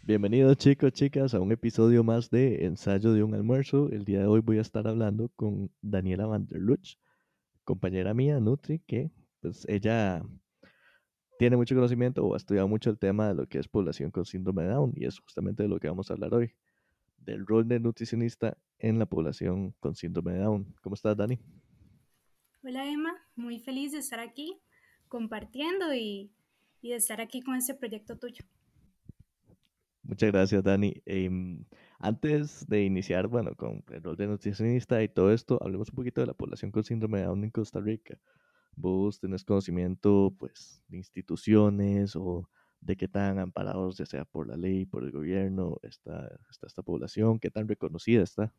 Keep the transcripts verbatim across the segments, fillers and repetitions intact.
Bienvenidos chicos, chicas, a un episodio más de Ensayo de un almuerzo. El día de hoy voy a estar hablando con Daniela Van der Luch, compañera mía, Nutri, que pues ella tiene mucho conocimiento o ha estudiado mucho el tema de lo que es población con síndrome de Down y es justamente de lo que vamos a hablar hoy, del rol de nutricionista en la población con síndrome de Down. ¿Cómo estás, Dani? Hola Emma, muy feliz de estar aquí compartiendo y, y de estar aquí con este proyecto tuyo. Muchas gracias, Dani. Em, antes de iniciar, bueno, con el rol de nutricionista y todo esto, hablemos un poquito de la población con síndrome de Down en Costa Rica. ¿Vos tenés conocimiento, pues, de instituciones o de qué tan amparados, ya sea por la ley, por el gobierno, está, está esta población, qué tan reconocida está?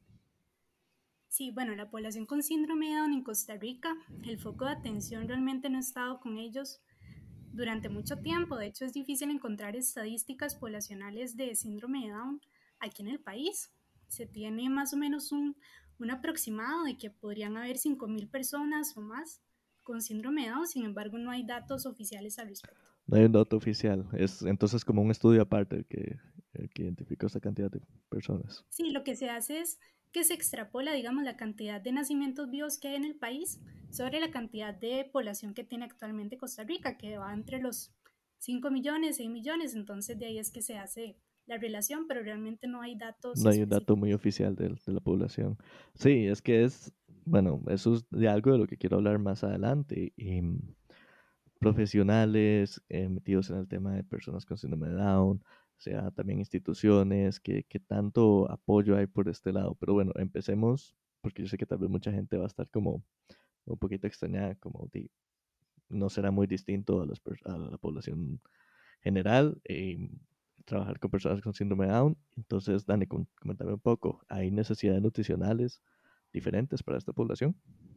Sí, bueno, la población con síndrome de Down en Costa Rica, el foco de atención realmente no ha estado con ellos durante mucho tiempo. De hecho, es difícil encontrar estadísticas poblacionales de síndrome de Down aquí en el país. Se tiene más o menos un, un aproximado de que podrían haber cinco mil personas o más con síndrome de Down, sin embargo, no hay datos oficiales al respecto. No hay un dato oficial, es entonces como un estudio aparte el que, el que identificó esta cantidad de personas. Sí, lo que se hace es que se extrapola, digamos, la cantidad de nacimientos vivos que hay en el país sobre la cantidad de población que tiene actualmente Costa Rica, que va entre los cinco millones, seis millones, entonces de ahí es que se hace la relación, pero realmente no hay datos No hay un dato específicos. muy oficial de, de la población. Sí, es que es, bueno, eso es de algo de lo que quiero hablar más adelante. Y, mm, profesionales eh, metidos en el tema de personas con síndrome de Down, o sea, también instituciones, que, que tanto apoyo hay por este lado. Pero bueno, empecemos, porque yo sé que tal vez mucha gente va a estar como un poquito extrañada, como de, no será muy distinto a, las, a la población general, eh, trabajar con personas con síndrome de Down. Entonces, Dani, coméntame un poco, ¿hay necesidades nutricionales diferentes para esta población?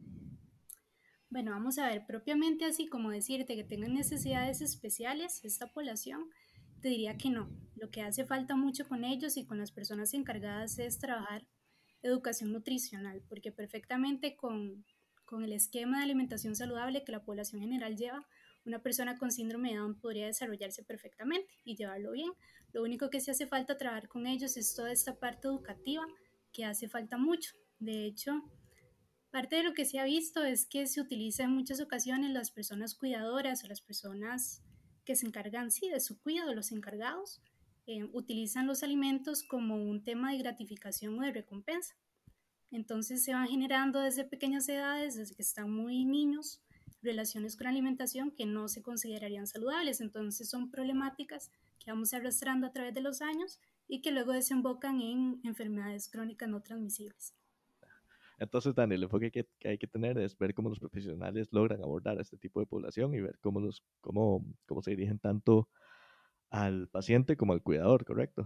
Bueno, vamos a ver, propiamente así como decirte que tengan necesidades especiales esta población, te diría que no. Lo que hace falta mucho con ellos y con las personas encargadas es trabajar educación nutricional, porque perfectamente con, con el esquema de alimentación saludable que la población general lleva, una persona con síndrome de Down podría desarrollarse perfectamente y llevarlo bien. Lo único que se hace falta trabajar con ellos es toda esta parte educativa que hace falta mucho. De hecho, parte de lo que se ha visto es que se utiliza en muchas ocasiones las personas cuidadoras o las personas que se encargan, sí, de su cuidado, los encargados, eh, utilizan los alimentos como un tema de gratificación o de recompensa. Entonces se van generando desde pequeñas edades, desde que están muy niños, relaciones con la alimentación que no se considerarían saludables. Entonces son problemáticas que vamos arrastrando a través de los años y que luego desembocan en enfermedades crónicas no transmisibles. Entonces, Dani, el enfoque que, que hay que tener es ver cómo los profesionales logran abordar a este tipo de población y ver cómo, los, cómo, cómo se dirigen tanto al paciente como al cuidador, ¿correcto?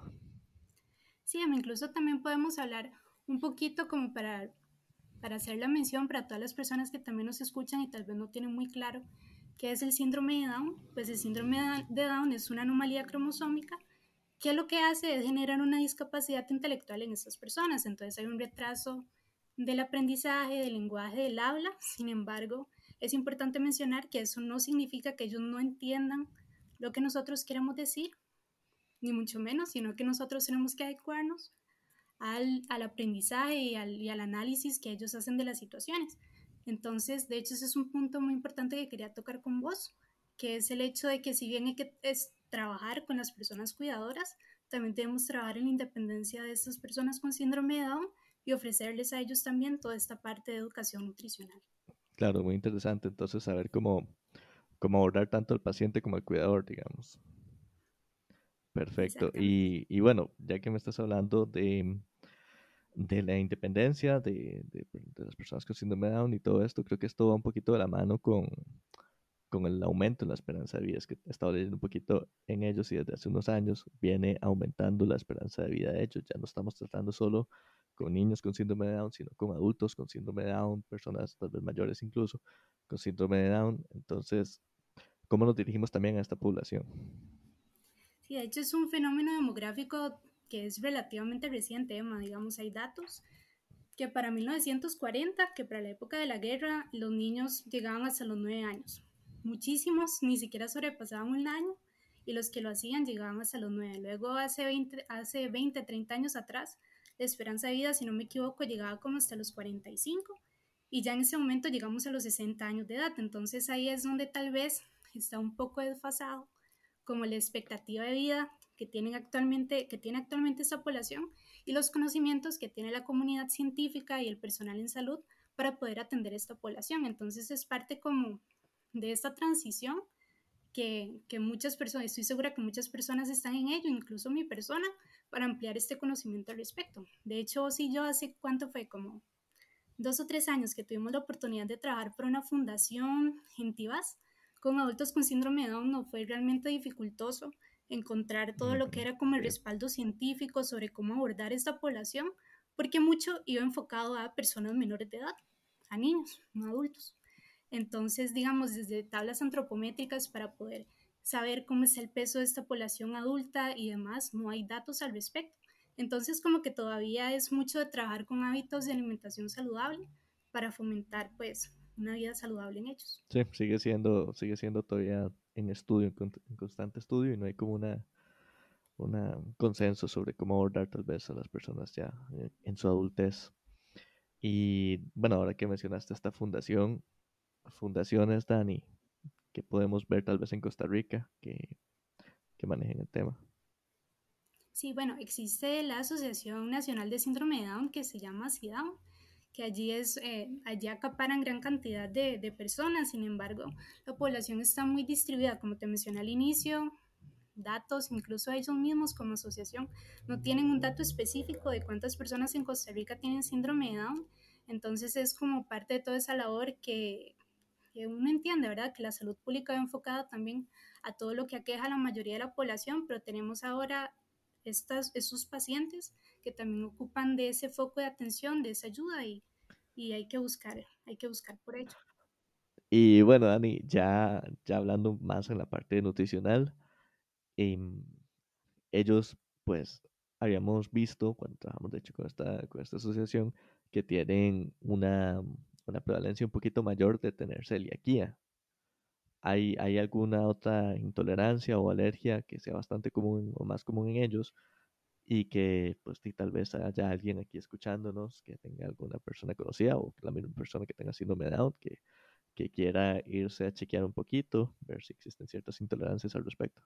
Sí, incluso también podemos hablar un poquito como para, para hacer la mención para todas las personas que también nos escuchan y tal vez no tienen muy claro qué es el síndrome de Down. Pues el síndrome de Down es una anomalía cromosómica que lo que hace es generar una discapacidad intelectual en estas personas. Entonces hay un retraso del aprendizaje, del lenguaje, del habla. Sin embargo, es importante mencionar que eso no significa que ellos no entiendan lo que nosotros queremos decir, ni mucho menos, sino que nosotros tenemos que adecuarnos al, al aprendizaje y al, y al análisis que ellos hacen de las situaciones. Entonces, de hecho, ese es un punto muy importante que quería tocar con vos, que es el hecho de que si bien hay que es trabajar con las personas cuidadoras, también debemos trabajar en la independencia de estas personas con síndrome de Down y ofrecerles a ellos también toda esta parte de educación nutricional. Claro, muy interesante. Entonces, saber cómo, cómo abordar tanto al paciente como al cuidador, digamos. Perfecto. Exactamente. Y, y bueno, ya que me estás hablando de, de la independencia de, de, de las personas con síndrome de Down y todo esto, creo que esto va un poquito de la mano con, con el aumento en la esperanza de vida. Es que he estado leyendo un poquito en ellos y desde hace unos años viene aumentando la esperanza de vida de ellos. Ya no estamos tratando solo con niños con síndrome de Down, sino con adultos con síndrome de Down, personas tal vez mayores incluso con síndrome de Down. Entonces, ¿cómo nos dirigimos también a esta población? Sí, de hecho es un fenómeno demográfico que es relativamente reciente, Emma. Digamos, hay datos que para mil novecientos cuarenta, que para la época de la guerra, los niños llegaban hasta los nueve años. Muchísimos ni siquiera sobrepasaban un año y los que lo hacían llegaban hasta los nueve. Luego, hace veinte, hace veinte treinta años atrás, la esperanza de vida, si no me equivoco, llegaba como hasta los cuarenta y cinco y ya en ese momento llegamos a los sesenta años de edad. Entonces ahí es donde tal vez está un poco desfasado como la expectativa de vida que, tienen actualmente, que tiene actualmente esta población y los conocimientos que tiene la comunidad científica y el personal en salud para poder atender esta población. Entonces es parte como de esta transición que, que muchas personas, estoy segura que muchas personas están en ello, incluso mi persona, para ampliar este conocimiento al respecto. De hecho, si yo hace cuánto fue como dos o tres años que tuvimos la oportunidad de trabajar por una fundación en Tibás con adultos con síndrome de Down, no fue realmente dificultoso encontrar todo lo que Ujú, era como el sí. respaldo científico sobre cómo abordar esta población, porque mucho iba enfocado a personas menores de edad, a niños, no adultos. Entonces, digamos, desde tablas antropométricas para poder saber cómo es el peso de esta población adulta y demás, no hay datos al respecto. Entonces, como que todavía es mucho de trabajar con hábitos de alimentación saludable para fomentar, pues, una vida saludable en ellos. Sí, sigue siendo, sigue siendo todavía en estudio, en, con- en constante estudio, y no hay como una, una un consenso sobre cómo abordar tal vez a las personas ya eh, en su adultez. Y bueno, ahora que mencionaste esta fundación, fundaciones, Dani, que podemos ver tal vez en Costa Rica, que, que manejen el tema. Sí, bueno, existe la Asociación Nacional de Síndrome de Down que se llama CIDAW, que allí es, eh, allí acaparan gran cantidad de, de personas. Sin embargo, la población está muy distribuida, como te mencioné al inicio, datos, incluso ellos mismos como asociación no tienen un dato específico de cuántas personas en Costa Rica tienen síndrome de Down. Entonces es como parte de toda esa labor que, que uno entiende, ¿verdad? Que la salud pública va enfocada también a todo lo que aqueja a la mayoría de la población, pero tenemos ahora estas, estos pacientes que también ocupan de ese foco de atención, de esa ayuda y, y hay que buscar, hay que buscar por ello. Y bueno, Dani, ya, ya hablando más en la parte nutricional, em, ellos, pues, habíamos visto cuando trabajamos, de hecho, con esta, con esta asociación, que tienen una, una prevalencia un poquito mayor de tener celiaquía. ¿Hay, hay alguna otra intolerancia o alergia que sea bastante común o más común en ellos y que, pues, sí, tal vez haya alguien aquí escuchándonos que tenga alguna persona conocida o la misma persona que tenga síndrome de Down que, que quiera irse a chequear un poquito, ver si existen ciertas intolerancias al respecto?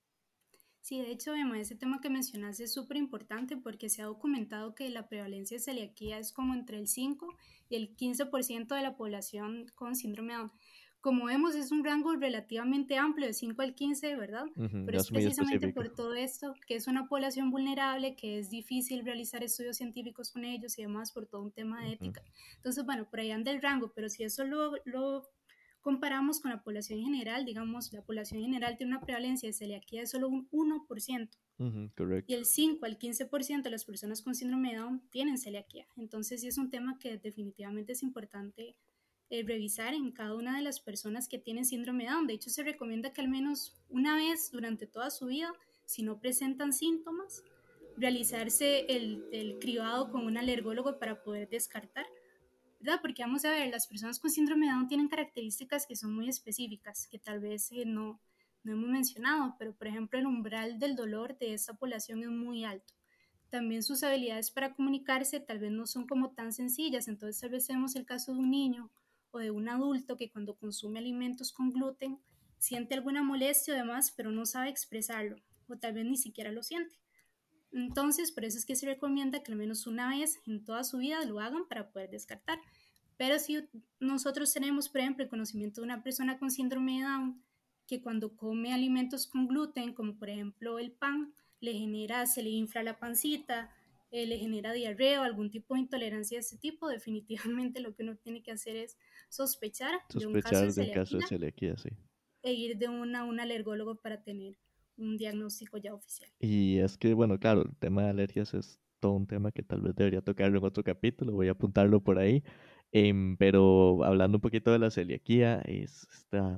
Sí, de hecho, Emma, ese tema que mencionaste es súper importante porque se ha documentado que la prevalencia de celiaquía es como entre el cinco y el quince por ciento de la población con síndrome de Down. Como vemos, es un rango relativamente amplio, de cinco al quince, ¿verdad? Ujú, Pero no es es muy precisamente específico. por todo esto que es una población vulnerable, que es difícil realizar estudios científicos con ellos y demás por todo un tema de Ujú, ética. Entonces, bueno, por ahí anda el rango, pero si eso lo, lo comparamos con la población en general, digamos, la población en general tiene una prevalencia de celiaquía de solo un uno por ciento ujú, y correcto. el cinco al quince por ciento de las personas con síndrome de Down tienen celiaquía. Entonces sí es un tema que definitivamente es importante eh, revisar en cada una de las personas que tienen síndrome de Down. De hecho, se recomienda que al menos una vez durante toda su vida, si no presentan síntomas, realizarse el, el cribado con un alergólogo para poder descartar, ¿verdad? Porque vamos a ver, las personas con síndrome de Down tienen características que son muy específicas, que tal vez eh, no, no hemos mencionado, pero por ejemplo el umbral del dolor de esta población es muy alto. También sus habilidades para comunicarse tal vez no son como tan sencillas, entonces tal vez vemos el caso de un niño o de un adulto que cuando consume alimentos con gluten siente alguna molestia o demás, pero no sabe expresarlo, o tal vez ni siquiera lo siente. Entonces, por eso es que se recomienda que al menos una vez en toda su vida lo hagan para poder descartar. Pero si nosotros tenemos, por ejemplo, el conocimiento de una persona con síndrome de Down que cuando come alimentos con gluten, como por ejemplo el pan, le genera, se le infla la pancita, eh, le genera diarrea o algún tipo de intolerancia de ese tipo, definitivamente lo que uno tiene que hacer es sospechar de un caso de Sospechar de un caso de celiaquía celiaquía, sí. e ir de una a un alergólogo para tener un diagnóstico ya oficial. Y es que, bueno, claro, el tema de alergias es todo un tema que tal vez debería tocarlo en otro capítulo, voy a apuntarlo por ahí. Em, pero hablando un poquito de la celiaquía, es esta,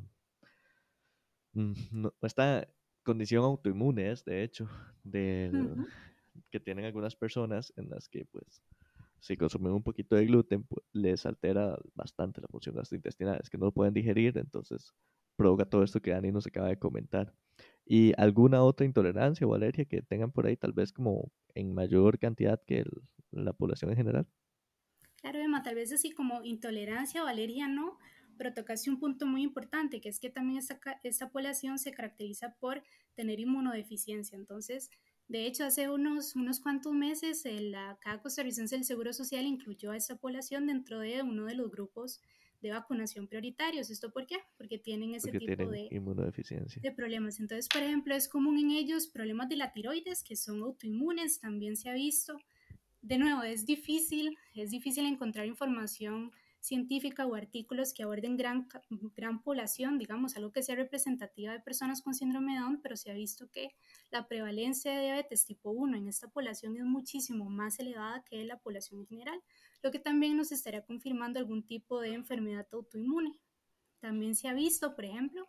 mm, no- esta condición autoinmune, es de hecho, del, Ujú. que tienen algunas personas en las que, pues, si consumen un poquito de gluten, pues, les altera bastante la función gastrointestinal, es que no lo pueden digerir, entonces provoca todo esto que Dani nos acaba de comentar. ¿Y alguna otra intolerancia o alergia que tengan por ahí, tal vez como en mayor cantidad que el- la población en general? Claro, Emma, tal vez así como intolerancia o alergia no, pero tocaste un punto muy importante, que es que también esta, ca- esta población se caracteriza por tener inmunodeficiencia. Entonces, de hecho, hace unos, unos cuantos meses, el- la Caja Costarricense del Seguro Social incluyó a esta población dentro de uno de los grupos de vacunación prioritarios. ¿Esto por qué? Porque tienen ese Porque tipo tienen de, inmunodeficiencia. de problemas. Entonces, por ejemplo, es común en ellos problemas de la tiroides, que son autoinmunes, también se ha visto. De nuevo, es difícil, es difícil encontrar información científica o artículos que aborden gran, gran población, digamos, algo que sea representativa de personas con síndrome de Down, pero se ha visto que la prevalencia de diabetes tipo uno en esta población es muchísimo más elevada que en la población en general, lo que también nos estaría confirmando algún tipo de enfermedad autoinmune. También se ha visto, por ejemplo,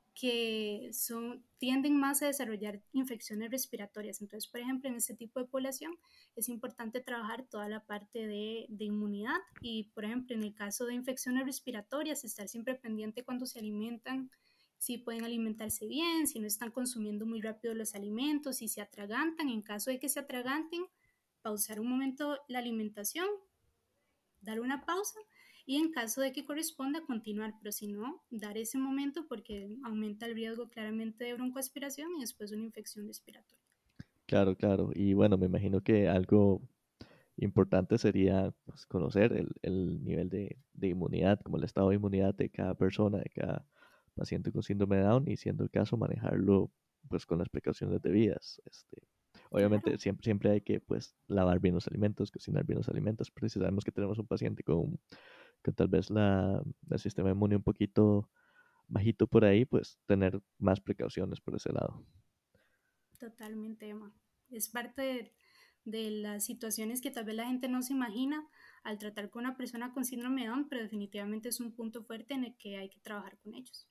que son, tienden más a desarrollar infecciones respiratorias. Entonces, por ejemplo, en este tipo de población es importante trabajar toda la parte de, de inmunidad y, por ejemplo, en el caso de infecciones respiratorias, estar siempre pendiente cuando se alimentan, si pueden alimentarse bien, si no están consumiendo muy rápido los alimentos, si se atragantan. En caso de que se atraganten, pausar un momento la alimentación, dar una pausa y en caso de que corresponda continuar, pero si no, dar ese momento porque aumenta el riesgo claramente de broncoaspiración y después una infección respiratoria. Claro, claro. Y bueno, me imagino que algo importante sería pues, conocer el, el nivel de, de inmunidad, como el estado de inmunidad de cada persona, de cada paciente con síndrome de Down, y siendo el caso, manejarlo pues con las precauciones debidas. Este, obviamente Claro, siempre, siempre hay que pues lavar bien los alimentos, cocinar bien los alimentos, pero si sabemos que tenemos un paciente con, con tal vez la, el sistema inmune un poquito bajito por ahí, pues tener más precauciones por ese lado. totalmente, Emma. Es parte de, de las situaciones que tal vez la gente no se imagina al tratar con una persona con síndrome de Down, pero definitivamente es un punto fuerte en el que hay que trabajar con ellos.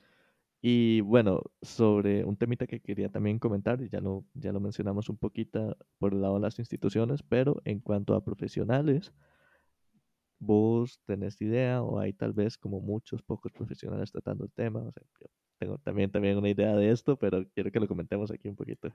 Y bueno, sobre un temita que quería también comentar, y ya lo, ya lo mencionamos un poquito por el lado de las instituciones, pero en cuanto a profesionales, ¿vos tenés idea o hay tal vez como muchos pocos profesionales tratando el tema? O sea, yo tengo también, también una idea de esto, pero quiero que lo comentemos aquí un poquito.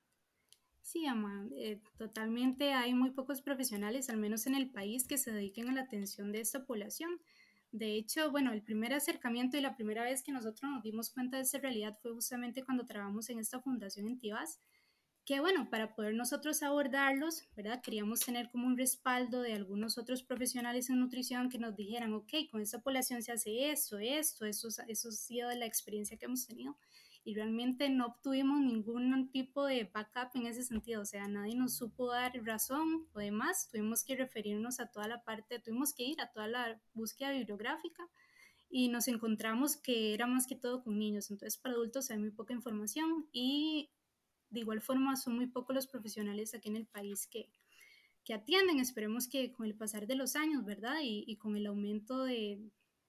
Sí, Ama, eh, totalmente hay muy pocos profesionales, al menos en el país, que se dediquen a la atención de esta población. De hecho, bueno, el primer acercamiento y la primera vez que nosotros nos dimos cuenta de esta realidad fue justamente cuando trabajamos en esta fundación en Tibás, que bueno, para poder nosotros abordarlos, ¿verdad? Queríamos tener como un respaldo de algunos otros profesionales en nutrición que nos dijeran, ok, con esta población se hace esto, esto, eso, eso ha sido la experiencia que hemos tenido. Y realmente no obtuvimos ningún tipo de backup en ese sentido, o sea, nadie nos supo dar razón o demás, tuvimos que referirnos a toda la parte, tuvimos que ir a toda la búsqueda bibliográfica y nos encontramos que era más que todo con niños, entonces para adultos hay muy poca información y de igual forma son muy pocos los profesionales aquí en el país que, que atienden. Esperemos que con el pasar de los años, ¿verdad? Y, y con el aumento de,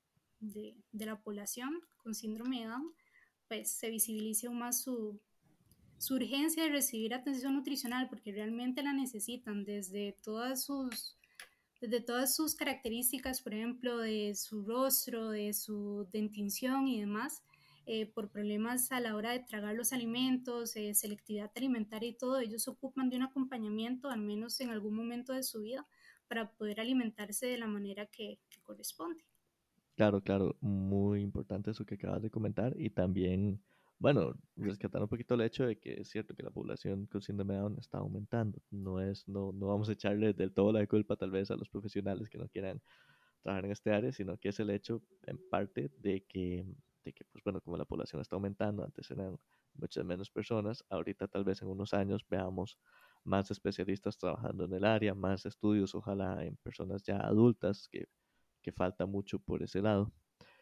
de, de, la población con síndrome de Down, pues se visibilice aún más su, su urgencia de recibir atención nutricional porque realmente la necesitan desde todas sus desde todas sus características, por ejemplo, de su rostro, de su dentición y demás, eh, por problemas a la hora de tragar los alimentos, eh, selectividad alimentaria y todo, ellos ocupan de un acompañamiento, al menos en algún momento de su vida, para poder alimentarse de la manera que, que corresponde. Claro, claro, muy importante eso que acabas de comentar y también, bueno, rescatar un poquito el hecho de que es cierto que la población con síndrome de Down está aumentando. No es, no, no vamos a echarle del todo la culpa tal vez a los profesionales que no quieran trabajar en este área, sino que es el hecho en parte de que, de que pues bueno, como la población está aumentando, antes eran muchas menos personas, ahorita tal vez en unos años veamos más especialistas trabajando en el área, más estudios, ojalá en personas ya adultas que que falta mucho por ese lado.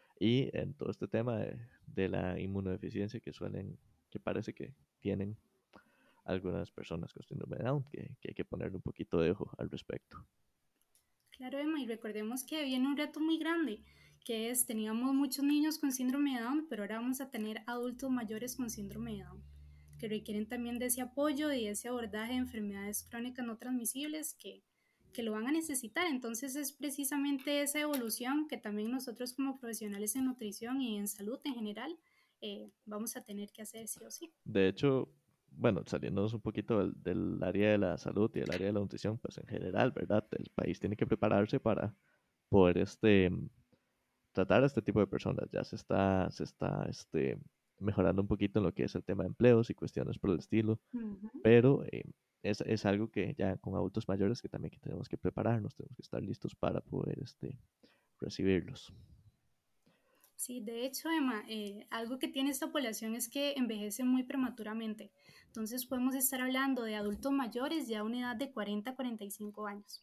Y en todo este tema de, de la inmunodeficiencia que suelen, que parece que tienen algunas personas con síndrome de Down, que, que hay que ponerle un poquito de ojo al respecto. Claro, Emma, y recordemos que viene un reto muy grande, que es, teníamos muchos niños con síndrome de Down, pero ahora vamos a tener adultos mayores con síndrome de Down, que requieren también de ese apoyo y ese abordaje de enfermedades crónicas no transmisibles que, que lo van a necesitar. Entonces es precisamente esa evolución que también nosotros como profesionales en nutrición y en salud en general eh, vamos a tener que hacer sí o sí. De hecho, bueno, saliéndonos un poquito del, del área de la salud y del área de la nutrición, pues en general, ¿verdad? El país tiene que prepararse para poder este, tratar a este tipo de personas. Ya se está, se está este, mejorando un poquito en lo que es el tema de empleos y cuestiones por el estilo, Ujú. pero eh, es, es algo que ya con adultos mayores que también que tenemos que prepararnos, tenemos que estar listos para poder este, recibirlos. Sí, de hecho, Emma, eh, algo que tiene esta población es que envejece muy prematuramente. Entonces podemos estar hablando de adultos mayores ya a una edad de cuarenta a cuarenta y cinco años.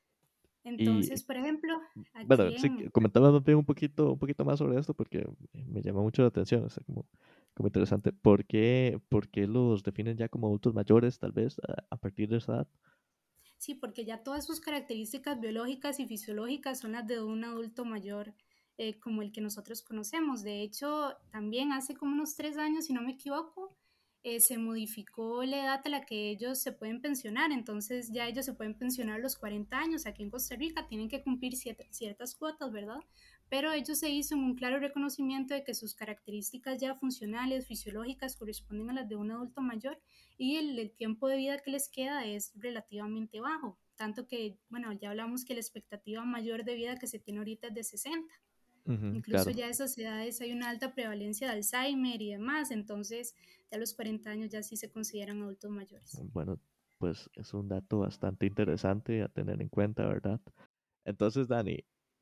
Y Entonces, por ejemplo, bueno, aquí sí, en, comentaba más bien un poquito, un poquito más sobre esto porque me llama mucho la atención, o sea, como, como interesante. ¿Por qué, por qué los definen ya como adultos mayores, tal vez, a, a partir de esa edad? sí, porque ya todas sus características biológicas y fisiológicas son las de un adulto mayor eh, como el que nosotros conocemos. De hecho, también hace como unos tres años, si no me equivoco, eh, se modificó la edad a la que ellos se pueden pensionar. Entonces ya ellos se pueden pensionar a los cuarenta años. Aquí en Costa Rica tienen que cumplir ciertas, ciertas cuotas, ¿verdad? Pero ellos se hizo un claro reconocimiento de que sus características ya funcionales, fisiológicas, corresponden a las de un adulto mayor y el, el tiempo de vida que les queda es relativamente bajo, tanto que, bueno, ya hablamos que la expectativa mayor de vida que se tiene ahorita es de sesenta. Ujú, Incluso claro. ya en esas edades hay una alta prevalencia de Alzheimer y demás, entonces ya a los cuarenta años ya sí se consideran adultos mayores. Bueno, pues es un dato bastante interesante a tener en cuenta, ¿verdad? Entonces, Dani,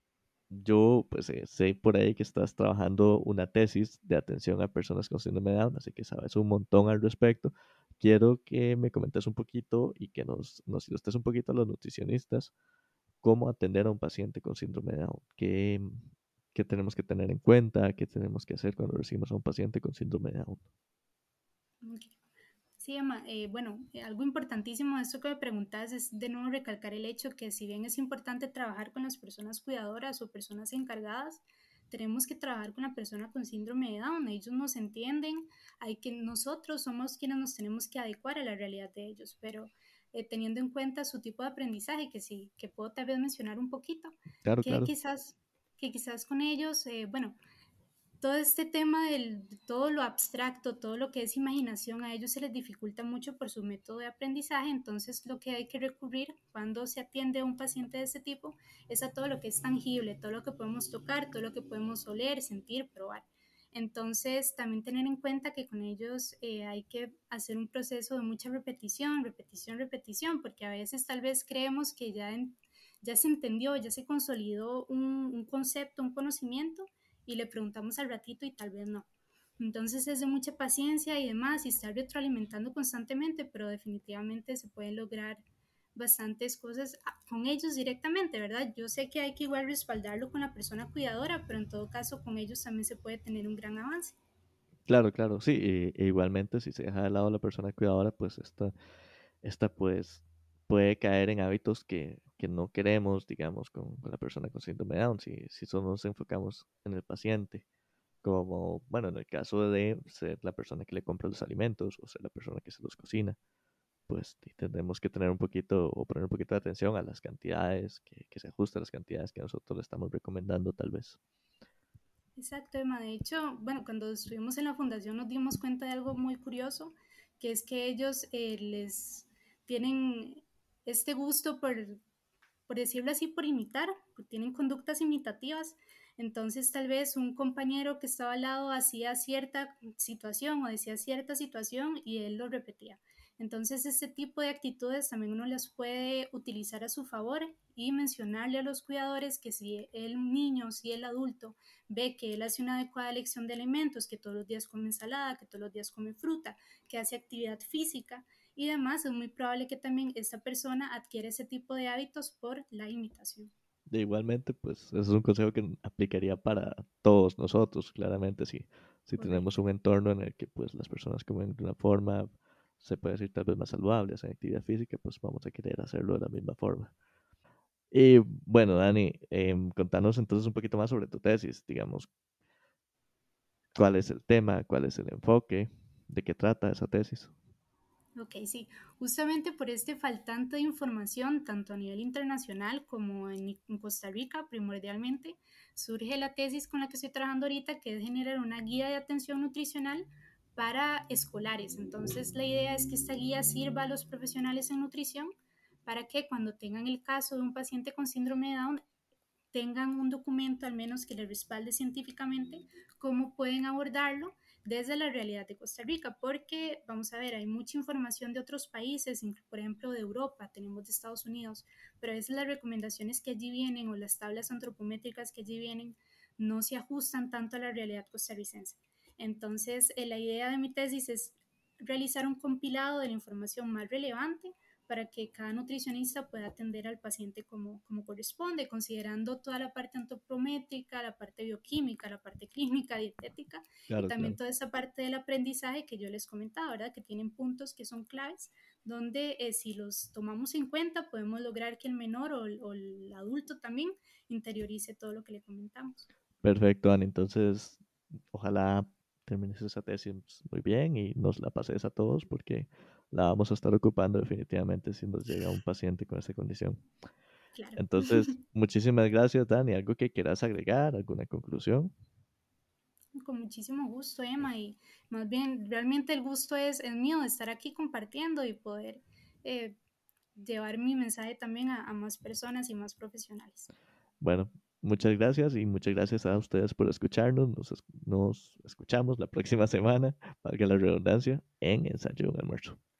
yo pues eh, sé por ahí que estás trabajando una tesis de atención a personas con síndrome de Down, así que sabes un montón al respecto. Quiero que me comentes un poquito y que nos, nos ilustres un poquito a los nutricionistas cómo atender a un paciente con síndrome de Down, qué, qué tenemos que tener en cuenta, qué tenemos que hacer cuando recibimos a un paciente con síndrome de Down. Okay. Sí, Emma, eh, bueno, eh, algo importantísimo de esto que me preguntas es de nuevo recalcar el hecho que si bien es importante trabajar con las personas cuidadoras o personas encargadas, tenemos que trabajar con la persona con síndrome de Down. Ellos nos entienden, hay que nosotros somos quienes nos tenemos que adecuar a la realidad de ellos, pero eh, teniendo en cuenta su tipo de aprendizaje, que sí, que puedo tal vez mencionar un poquito, Claro, que claro. quizás, que quizás con ellos, eh, bueno, todo este tema del, de todo lo abstracto, todo lo que es imaginación, a ellos se les dificulta mucho por su método de aprendizaje, entonces lo que hay que recurrir cuando se atiende a un paciente de este tipo es a todo lo que es tangible, todo lo que podemos tocar, todo lo que podemos oler, sentir, probar. Entonces, también tener en cuenta que con ellos eh, hay que hacer un proceso de mucha repetición, repetición, repetición, porque a veces tal vez creemos que ya, en, ya se entendió, ya se consolidó un, un concepto, un conocimiento, y le preguntamos al ratito y tal vez no. Entonces es de mucha paciencia y demás y estar retroalimentando constantemente, pero definitivamente se pueden lograr bastantes cosas con ellos directamente, ¿verdad? Yo sé que hay que igual respaldarlo con la persona cuidadora, pero en todo caso con ellos también se puede tener un gran avance. Claro, claro, sí, e, e igualmente si se deja de lado la persona cuidadora, pues esta, esta pues puede caer en hábitos que, que no queremos, digamos, con, con la persona con síndrome de Down, si, si solo nos enfocamos en el paciente, como, bueno, en el caso de ser la persona que le compra los alimentos o ser la persona que se los cocina, pues sí, tendremos que tener un poquito o poner un poquito de atención a las cantidades, que, que se ajusten a las cantidades que nosotros le estamos recomendando tal vez. Exacto, Emma. De hecho, bueno, cuando estuvimos en la fundación nos dimos cuenta de algo muy curioso, que es que ellos eh, les tienen este gusto por, por decirlo así, por imitar, porque tienen conductas imitativas. Entonces, tal vez un compañero que estaba al lado hacía cierta situación o decía cierta situación y él lo repetía. Entonces, este tipo de actitudes también uno las puede utilizar a su favor y mencionarle a los cuidadores que si el niño, si el adulto ve que él hace una adecuada elección de alimentos, que todos los días come ensalada, que todos los días come fruta, que hace actividad física, y además es muy probable que también esta persona adquiera ese tipo de hábitos por la imitación. De igualmente, pues ese es un consejo que aplicaría para todos nosotros, claramente, si, si tenemos Correcto. un entorno en el que pues las personas comen de una forma, se puede decir tal vez más saludable, hacen actividad física, pues vamos a querer hacerlo de la misma forma. Y bueno, Dani, em, contanos entonces un poquito más sobre tu tesis, digamos, cuál es el tema, cuál es el enfoque, de qué trata esa tesis. Ok, sí, justamente por este faltante de información, tanto a nivel internacional como en, en Costa Rica, primordialmente, surge la tesis con la que estoy trabajando ahorita, que es generar una guía de atención nutricional para escolares. Entonces, la idea es que esta guía sirva a los profesionales en nutrición para que cuando tengan el caso de un paciente con síndrome de Down, tengan un documento al menos que les respalde científicamente cómo pueden abordarlo desde la realidad de Costa Rica, porque vamos a ver, hay mucha información de otros países, por ejemplo de Europa, tenemos de Estados Unidos, pero a veces las recomendaciones que allí vienen o las tablas antropométricas que allí vienen no se ajustan tanto a la realidad costarricense. Entonces, eh, la idea de mi tesis es realizar un compilado de la información más relevante para que cada nutricionista pueda atender al paciente como, como corresponde, considerando toda la parte antropométrica, la parte bioquímica, la parte clínica, dietética y Claro, también claro. toda esa parte del aprendizaje que yo les comentaba, ¿verdad? Que tienen puntos que son claves, donde eh, si los tomamos en cuenta podemos lograr que el menor o el, o el adulto también interiorice todo lo que le comentamos. Perfecto, Ana. Entonces, ojalá termines esa tesis muy bien y nos la pases a todos porque la vamos a estar ocupando definitivamente si nos llega un paciente con esta condición. Claro. Entonces, muchísimas gracias, Dani. ¿Algo que quieras agregar? ¿Alguna conclusión? Con muchísimo gusto, Emma, y más bien, realmente el gusto es, es mío de estar aquí compartiendo y poder eh, llevar mi mensaje también a, a más personas y más profesionales. Bueno, muchas gracias y muchas gracias a ustedes por escucharnos. Nos, es- nos escuchamos la próxima semana, valga la redundancia, en Ensayo de un Almuerzo.